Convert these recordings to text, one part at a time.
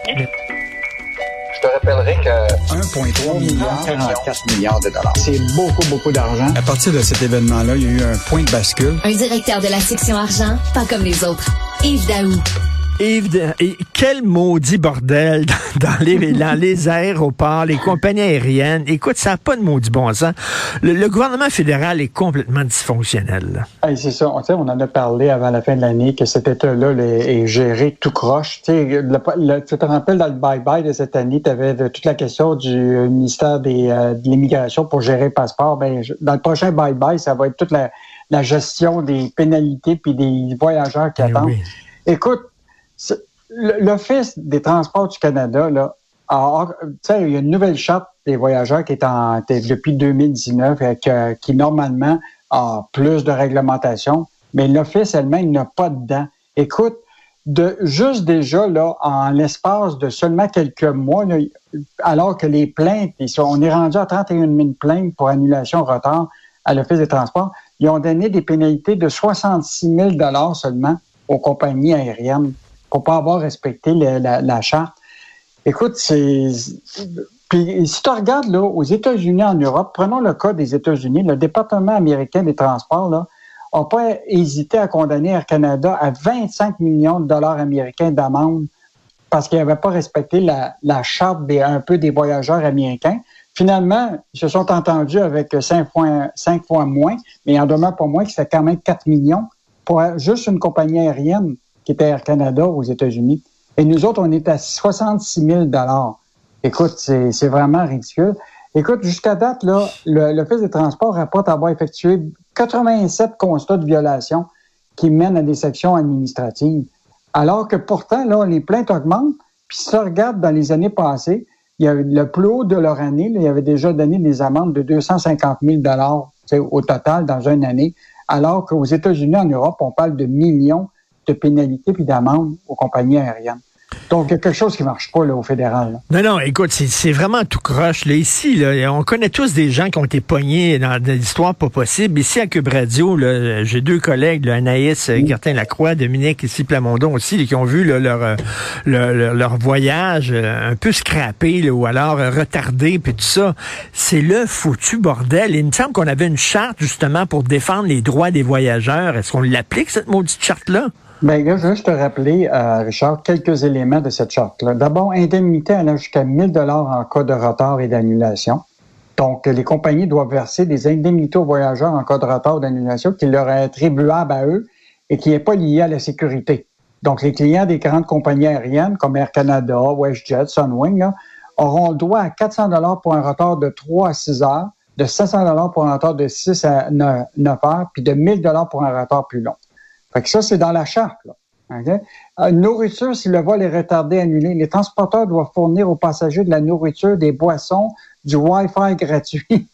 Je te rappellerai que 1,3 milliard, 44 milliards de dollars. C'est beaucoup d'argent. À partir de cet événement-là, il y a eu un point de bascule. Un directeur de la section argent, pas comme les autres. Yves Daou. Yves, et quel maudit bordel dans les aéroports, les compagnies aériennes. Écoute, ça n'a pas de maudit bon sens. Le gouvernement fédéral est complètement dysfonctionnel. Hey, c'est ça. On en a parlé avant la fin de l'année que cet État-là est géré tout croche. Tu te rappelles dans le bye-bye de cette année, tu avais toute la question du ministère de l'Immigration pour gérer le passeport. Ben, dans le prochain bye-bye, ça va être toute la gestion des pénalités puis des voyageurs qui attendent. Oui. Écoute, l'Office des transports du Canada, là, il y a une nouvelle charte des voyageurs qui est depuis 2019 qui normalement a plus de réglementation, mais l'Office elle-même n'a pas dedans. Écoute, juste déjà, là, en l'espace de seulement quelques mois, là, alors que les plaintes, on est rendu à 31 000 plaintes pour annulation retard à l'Office des transports, ils ont donné des pénalités de 66 000 $ seulement aux compagnies aériennes pour pas avoir respecté la charte. Écoute, puis si tu regardes là, aux États-Unis, en Europe, prenons le cas des États-Unis, le département américain des transports n'a pas hésité à condamner Air Canada à 25 millions de dollars américains d'amende parce qu'il n'avait pas respecté la charte un peu des voyageurs américains. Finalement, ils se sont entendus avec 5 fois moins, mais il en demeure pas moins que c'est quand même 4 millions pour juste une compagnie aérienne qui était Air Canada aux États-Unis. Et nous autres, on est à 66 000 $. Écoute, c'est vraiment ridicule. Écoute, jusqu'à date, là, l'Office des transports rapporte avoir effectué 87 constats de violation qui mènent à des sections administratives. Alors que pourtant, là, les plaintes augmentent. Puis si tu regardes dans les années passées, il y a le plus haut de leur année, là, il y avait déjà donné des amendes de 250 000 $ au total dans une année. Alors qu'aux États-Unis, en Europe, on parle de millions de pénalités puis d'amendes aux compagnies aériennes. Donc, il y a quelque chose qui ne marche pas là, au fédéral. Là. Non, écoute, c'est vraiment tout croche. Là, ici, là, on connaît tous des gens qui ont été pognés dans des histoires pas possibles. Ici, à Cube Radio, là, j'ai 2 collègues, là, Anaïs Gertin-Lacroix, Dominique ici Plamondon aussi, là, qui ont vu là, leur voyage un peu scrappé là, ou alors retardé, puis tout ça. C'est le foutu bordel. Il me semble qu'on avait une charte, justement, pour défendre les droits des voyageurs. Est-ce qu'on l'applique, cette maudite charte-là? Bien, je veux juste te rappeler, Richard, quelques éléments de cette charte-là. D'abord, indemnité allant jusqu'à 1 000 $ en cas de retard et d'annulation. Donc, les compagnies doivent verser des indemnités aux voyageurs en cas de retard ou d'annulation qui leur est attribuable à eux et qui n'est pas lié à la sécurité. Donc, les clients des grandes compagnies aériennes comme Air Canada, WestJet, Sunwing, là, auront le droit à 400 $ pour un retard de 3 à 6 heures, de 500 $ pour un retard de 6 à 9 heures, puis de 1 000 $ pour un retard plus long. Fait que ça, c'est dans la charte. Là. Okay? Nourriture, si le vol est retardé, annulé, les transporteurs doivent fournir aux passagers de la nourriture, des boissons, du Wi-Fi gratuit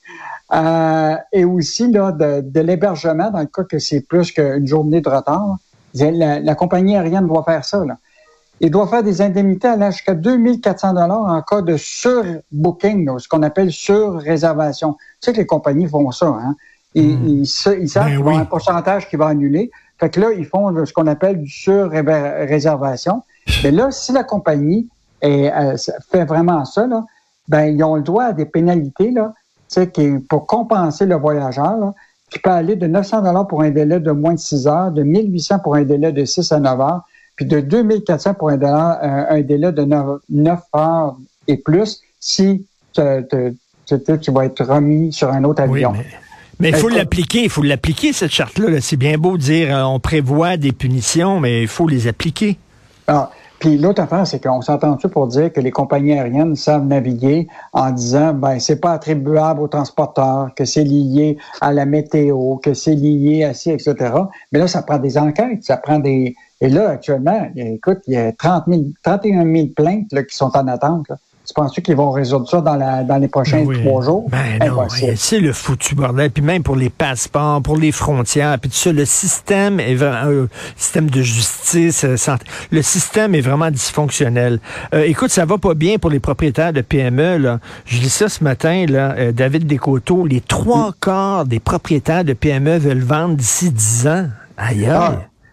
et aussi là, de l'hébergement dans le cas que c'est plus qu'une journée de retard. La compagnie aérienne doit faire ça. Là. Il doit faire des indemnités allant jusqu'à 2 400 $ en cas de surbooking, là, ce qu'on appelle surréservation. Tu sais que les compagnies font ça. Hein? Ils savent qu'il va y avoir un pourcentage qui va annuler. Fait que là, ils font ce qu'on appelle du sur-réservation. Mais là, si la compagnie fait vraiment ça, là, ben ils ont le droit à des pénalités là, pour compenser le voyageur, là, qui peut aller de 900 $ pour un délai de moins de 6 heures, de 1 800 pour un délai de 6 à 9 heures, puis de 2 400 pour un délai de 9 heures et plus si tu vas être remis sur un autre avion. Oui, mais il faut l'appliquer, cette charte-là. Là. C'est bien beau de dire on prévoit des punitions, mais il faut les appliquer. Puis l'autre affaire, c'est qu'on s'entend-tu pour dire que les compagnies aériennes savent naviguer en disant c'est pas attribuable aux transporteurs, que c'est lié à la météo, que c'est lié à ci, etc. Mais là, ça prend des enquêtes, ça prend des... Et là, actuellement, écoute, il y a 31 000 plaintes là, qui sont en attente, là. Tu penses-tu qu'ils vont résoudre ça dans les prochains 3 jours? Ben non, c'est le foutu bordel. Puis même pour les passeports, pour les frontières, puis tout ça, le système est vraiment, système de justice, le système est vraiment dysfonctionnel. Écoute, ça va pas bien pour les propriétaires de PME, là. Je lis ça ce matin, là, David Descoteaux, les 3 quarts des propriétaires de PME veulent vendre d'ici 10 ans. Aïe.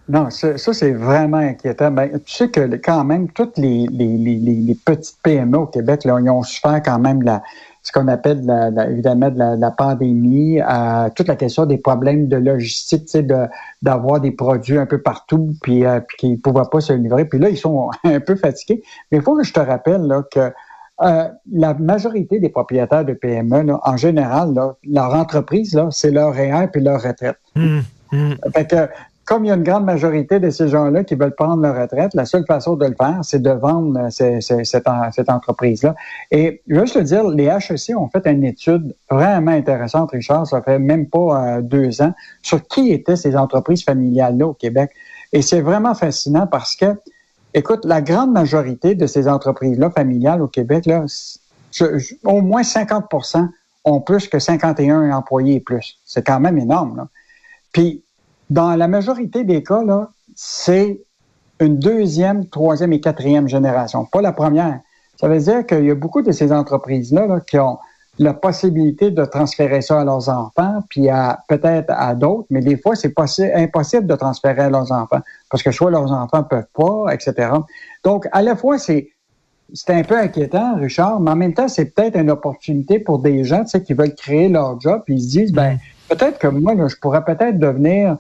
Non, ça c'est vraiment inquiétant. Ben, tu sais que quand même, toutes les petites PME au Québec, là, ils ont souffert quand même de ce qu'on appelle évidemment de la pandémie, toute la question des problèmes de logistique, tu sais, d'avoir des produits un peu partout, puis qu'ils ne pouvaient pas se livrer. Puis là, ils sont un peu fatigués. Mais il faut que je te rappelle là, que la majorité des propriétaires de PME, là, en général, là, leur entreprise, là, c'est leur REER puis leur retraite. Fait que comme il y a une grande majorité de ces gens-là qui veulent prendre leur retraite, la seule façon de le faire, c'est de vendre cette entreprise-là. Et je veux juste le dire, les HEC ont fait une étude vraiment intéressante, Richard, ça fait même pas 2 ans, sur qui étaient ces entreprises familiales-là au Québec. Et c'est vraiment fascinant parce que, écoute, la grande majorité de ces entreprises-là familiales au Québec, là, au moins 50% ont plus que 51 employés et plus. C'est quand même énorme, là. Puis, dans la majorité des cas, là, c'est une 2e, 3e et 4e génération, pas la première. Ça veut dire qu'il y a beaucoup de ces entreprises-là là, qui ont la possibilité de transférer ça à leurs enfants, puis peut-être à d'autres, mais des fois, c'est impossible de transférer à leurs enfants, parce que soit leurs enfants ne peuvent pas, etc. Donc, à la fois, c'est un peu inquiétant, Richard, mais en même temps, c'est peut-être une opportunité pour des gens, tu sais, qui veulent créer leur job, puis ils se disent, ben peut-être que moi, là, je pourrais peut-être devenir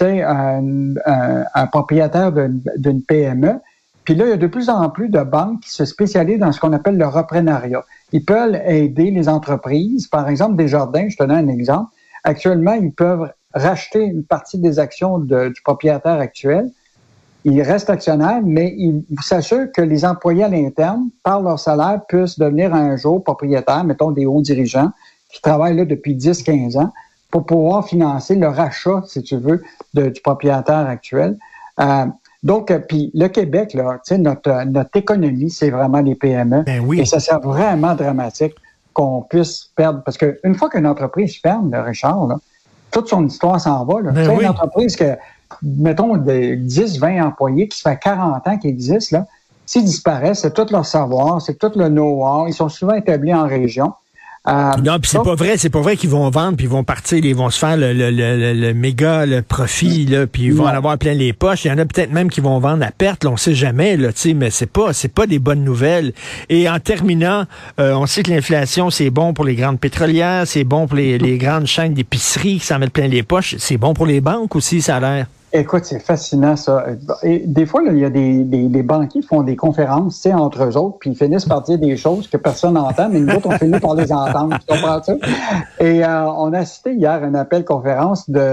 un propriétaire d'une PME. Puis là, il y a de plus en plus de banques qui se spécialisent dans ce qu'on appelle le reprenariat. Ils peuvent aider les entreprises. Par exemple, Desjardins, je te donne un exemple. Actuellement, ils peuvent racheter une partie des actions du propriétaire actuel. Ils restent actionnaires, mais ils s'assurent que les employés à l'interne, par leur salaire, puissent devenir un jour propriétaires, mettons des hauts dirigeants, qui travaillent là depuis 10-15 ans, pour pouvoir financer le rachat, si tu veux, du propriétaire actuel. Donc, puis le Québec, là, tu sais, notre économie, c'est vraiment les PME. Ben oui. Et ça serait vraiment dramatique qu'on puisse perdre. Parce qu'une fois qu'une entreprise ferme, là, Richard, là, toute son histoire s'en va. Là. Ben oui. Une entreprise que, mettons, de 10-20 employés qui se fait 40 ans qu'ils existent, là, s'ils disparaissent, c'est tout leur savoir, c'est tout le know-how. Ils sont souvent établis en région. Non, puis c'est pas vrai qu'ils vont vendre, puis ils vont partir, ils vont se faire le méga profit, là, puis ils vont en avoir plein les poches. Il y en a peut-être même qui vont vendre à perte, là, on sait jamais, là, tu sais, mais c'est pas des bonnes nouvelles. Et en terminant, on sait que l'inflation, c'est bon pour les grandes pétrolières, c'est bon pour les grandes chaînes d'épicerie qui s'en mettent plein les poches, c'est bon pour les banques aussi, ça a l'air. Écoute, c'est fascinant, ça. Et des fois, là, il y a des banquiers qui font des conférences, tu sais, entre eux autres, puis ils finissent par dire des choses que personne n'entend, mais nous autres, on finit par les entendre. Tu comprends ça? Et on a assisté hier un appel conférence du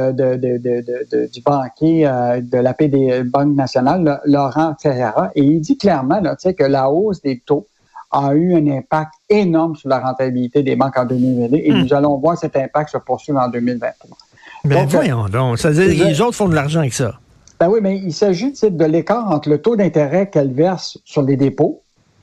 banquier de la Banque nationale, Laurent Ferreira, et il dit clairement, là, tu sais, que la hausse des taux a eu un impact énorme sur la rentabilité des banques en 2020, et nous allons voir cet impact se poursuivre en 2023. Ben voyons donc. Ça veut dire les autres font de l'argent avec ça. Ben oui, mais il s'agit de l'écart entre le taux d'intérêt qu'elle verse sur les dépôts,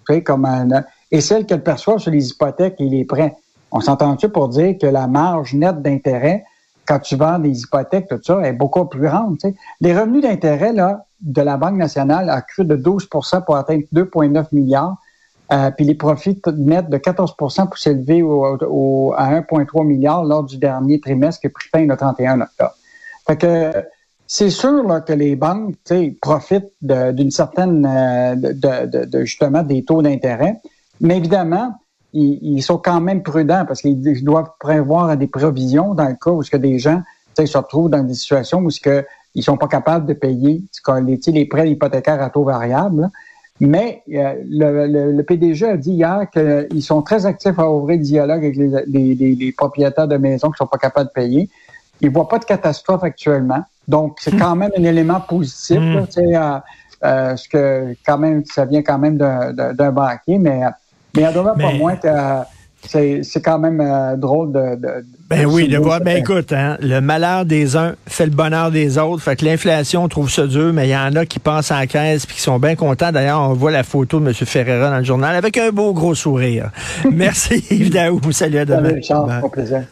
et celle qu'elle perçoit sur les hypothèques et les prêts. On s'entend-tu pour dire que la marge nette d'intérêt, quand tu vends des hypothèques, tout ça, est beaucoup plus grande. T'sais. Les revenus d'intérêt là, de la Banque nationale a cru de 12 pour atteindre 2,9 milliards. Puis les profits nets de 14 pour s'élever à 1,3 milliard lors du dernier trimestre qui a pris fin le 31 octobre. Fait que c'est sûr là, que les banques profitent d'une certaine justement des taux d'intérêt, mais évidemment, ils sont quand même prudents parce qu'ils doivent prévoir des provisions dans le cas où des gens se retrouvent dans des situations où ils sont pas capables de payer les prêts hypothécaires à taux variable. Là. Mais le PDG a dit hier qu'ils sont très actifs à ouvrir le dialogue avec les propriétaires de maisons qui ne sont pas capables de payer. Ils ne voient pas de catastrophe actuellement. Donc, c'est quand même un élément positif. Là, ce que quand même, ça vient quand même d'un banquier, mais il en demeure pas moins que c'est quand même drôle Ben oui, de voir. Ben écoute, hein, le malheur des uns fait le bonheur des autres. Fait que l'inflation, on trouve ça dur, mais il y en a qui passent à la caisse puis qui sont bien contents. D'ailleurs, on voit la photo de M. Ferreira dans le journal avec un beau gros sourire. Merci Yves Daou. Salut à demain. Salut Richard, au plaisir.